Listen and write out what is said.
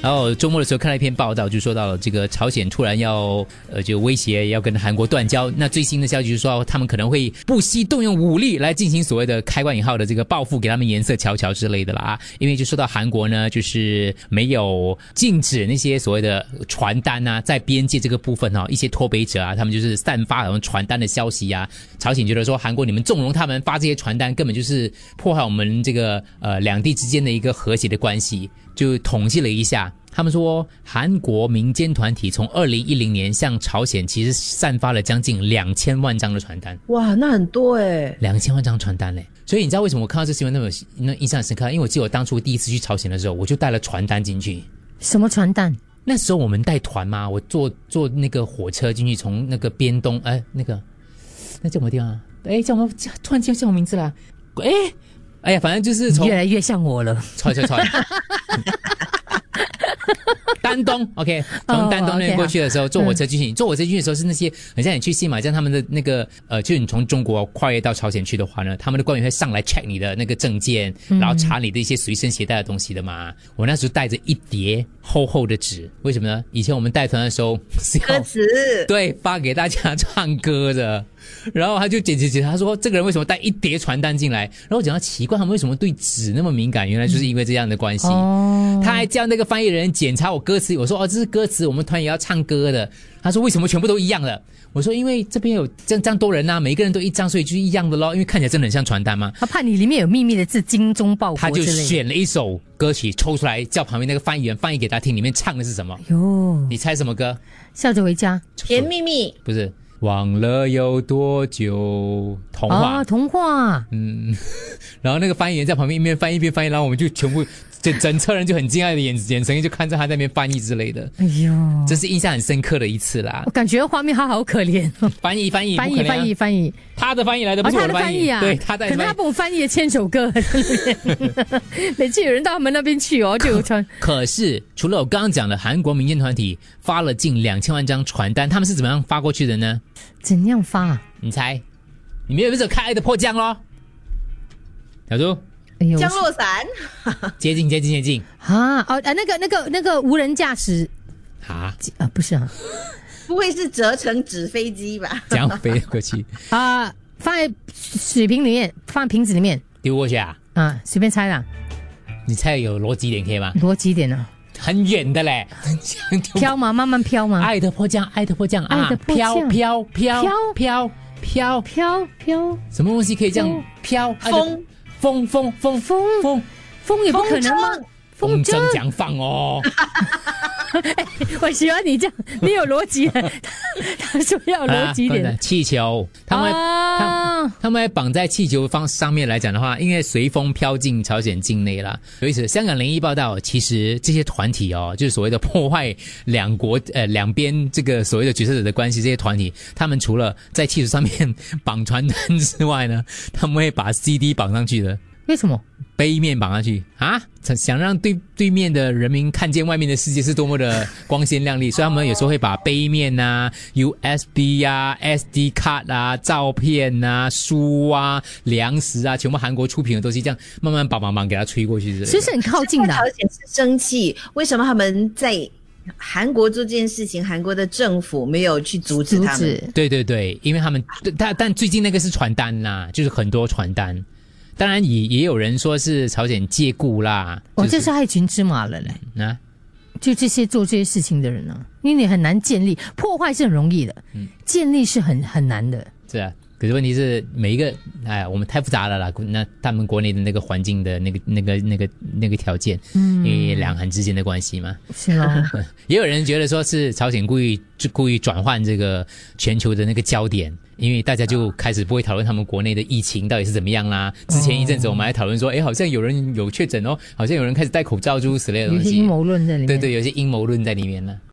然后周末的时候看了一篇报道，就说到了这个朝鲜突然要就威胁要跟韩国断交。那最新的消息就是说，他们可能会不惜动用武力来进行所谓的开关引号的这个报复，给他们颜色瞧瞧之类的啦。因为就说到韩国呢，就是没有禁止那些所谓的传单啊，在边界这个部分一些脱北者啊，他们就是散发传单的消息啊。朝鲜觉得说，韩国你们纵容他们发这些传单，根本就是破坏我们这个两地之间的一个和谐的关系。就统计了一下，他们说韩国民间团体从2010年向朝鲜其实散发了将近2000万张的传单。 哇，那很多耶 ，2000万张传单嘞！所以你知道为什么我看到这新闻那印象很深刻？因为我记得我当初第一次去朝鲜的时候，我就带了传单进去。 什么传单？ 那时候我们带团嘛，我坐那个火车进去，从那个边东那叫什么地方啊？叫我们突然间叫我名字啦！哎呀，反正就是从越来越像我了。 错。丹东 ，OK， 从丹东那边过去的时候，坐火车进去。坐火车进去的时候是那些很像你去新马这样，他们的那个就是你从中国跨越到朝鲜去的话呢，他们的官员会上来 check 你的那个证件，然后查你的一些随身携带的东西的嘛。我那时候带着一叠厚厚的纸，为什么呢？以前我们带团的时候是要歌词， 对，发给大家唱歌的。然后他就解，他说这个人为什么带一叠传单进来？然后我讲到奇怪，他们为什么对纸那么敏感？原来就是因为这样的关系。他还叫那个翻译人检查我歌词，我说这是歌词，我们团也要唱歌的。他说为什么全部都一样的？我说因为这边有这样多人啊，每个人都一张，所以就是一样的咯。因为看起来真的很像传单嘛。 他怕你里面有秘密的字，精忠报国之类的。 他就选了一首歌曲抽出来，叫旁边那个翻译员翻译给他听，里面唱的是什么？你猜什么歌？ 笑着回家。 甜蜜蜜不是。忘了有多久，童话童话， 然后那个翻译员在旁边一边翻译一边翻译，然后我们就全部整车人就很惊讶的眼神，就看着他在那边翻译之类的。哎呦，这是印象很深刻的一次啦。 我感觉画面好可怜。翻译， 他的翻译来的不是我的翻译啊， 对，他在可能他帮我翻译了千首歌。每次有人到他们那边去就有传。 可是除了我刚刚讲的韩国民间团体发了近2000万张传单，他们是怎么样发过去的呢？ 怎样发？ 你猜？你们有没有看《爱的迫降》咯？小猪， 降落伞。 接近那个无人驾驶不是啊， 不会是折成纸飞机吧？ 这样飞过去放在水瓶里面，放在瓶子里面丢过去啊？ 随便猜啦。 你猜有逻辑点可以吗？ 逻辑点啊。 很远的嘞， 飘吗？慢慢飘吗？ 爱的迫降啊！飘，什么东西可以这样飘？ 风也不可能吗？ 风筝这样放哦。 我喜欢你这样，你有逻辑。他说要逻辑点。 气球，他们还绑在气球上面来讲的话，因为随风飘进朝鲜境内啦。有意思，香港01报道，其实这些团体就是所谓的破坏两边这个所谓的决策者的关系，这些团体，他们除了在气球上面绑传单之外呢，他们会把 CD 绑上去的。 为什么？ 背面绑上去啊？想让对面的人民看见外面的世界是多么的光鲜亮丽，所以他们有时候会把背面啊、USB 啊、SD 卡啊、照片啊、书啊、粮食啊，全部韩国出品的东西，这样慢慢绑给它吹过去之类的。 其实很靠近的。 朝鲜是生气，为什么他们在韩国做这件事情，韩国的政府没有去阻止他们？ 对，因为他们但最近那个是传单啦，就是很多传单。当然也有人说是朝鲜借故啦， 这是害群之马了嘞。就这些做这些事情的人因为你很难建立，破坏是很容易的，建立是很难的。 是啊，可是问题是每一个我们太复杂了啦。那他们国内的那个环境的那个条件，因为两韩之间的关系嘛， 是咯。 也有人觉得说是朝鲜故意转换这个全球的那个焦点。因为大家就开始不会讨论他们国内的疫情到底是怎么样啦。之前一阵子我们还讨论说，好像有人有确诊好像有人开始戴口罩诸如此类的东西。 有些阴谋论在里面。 对，有些阴谋论在里面呢。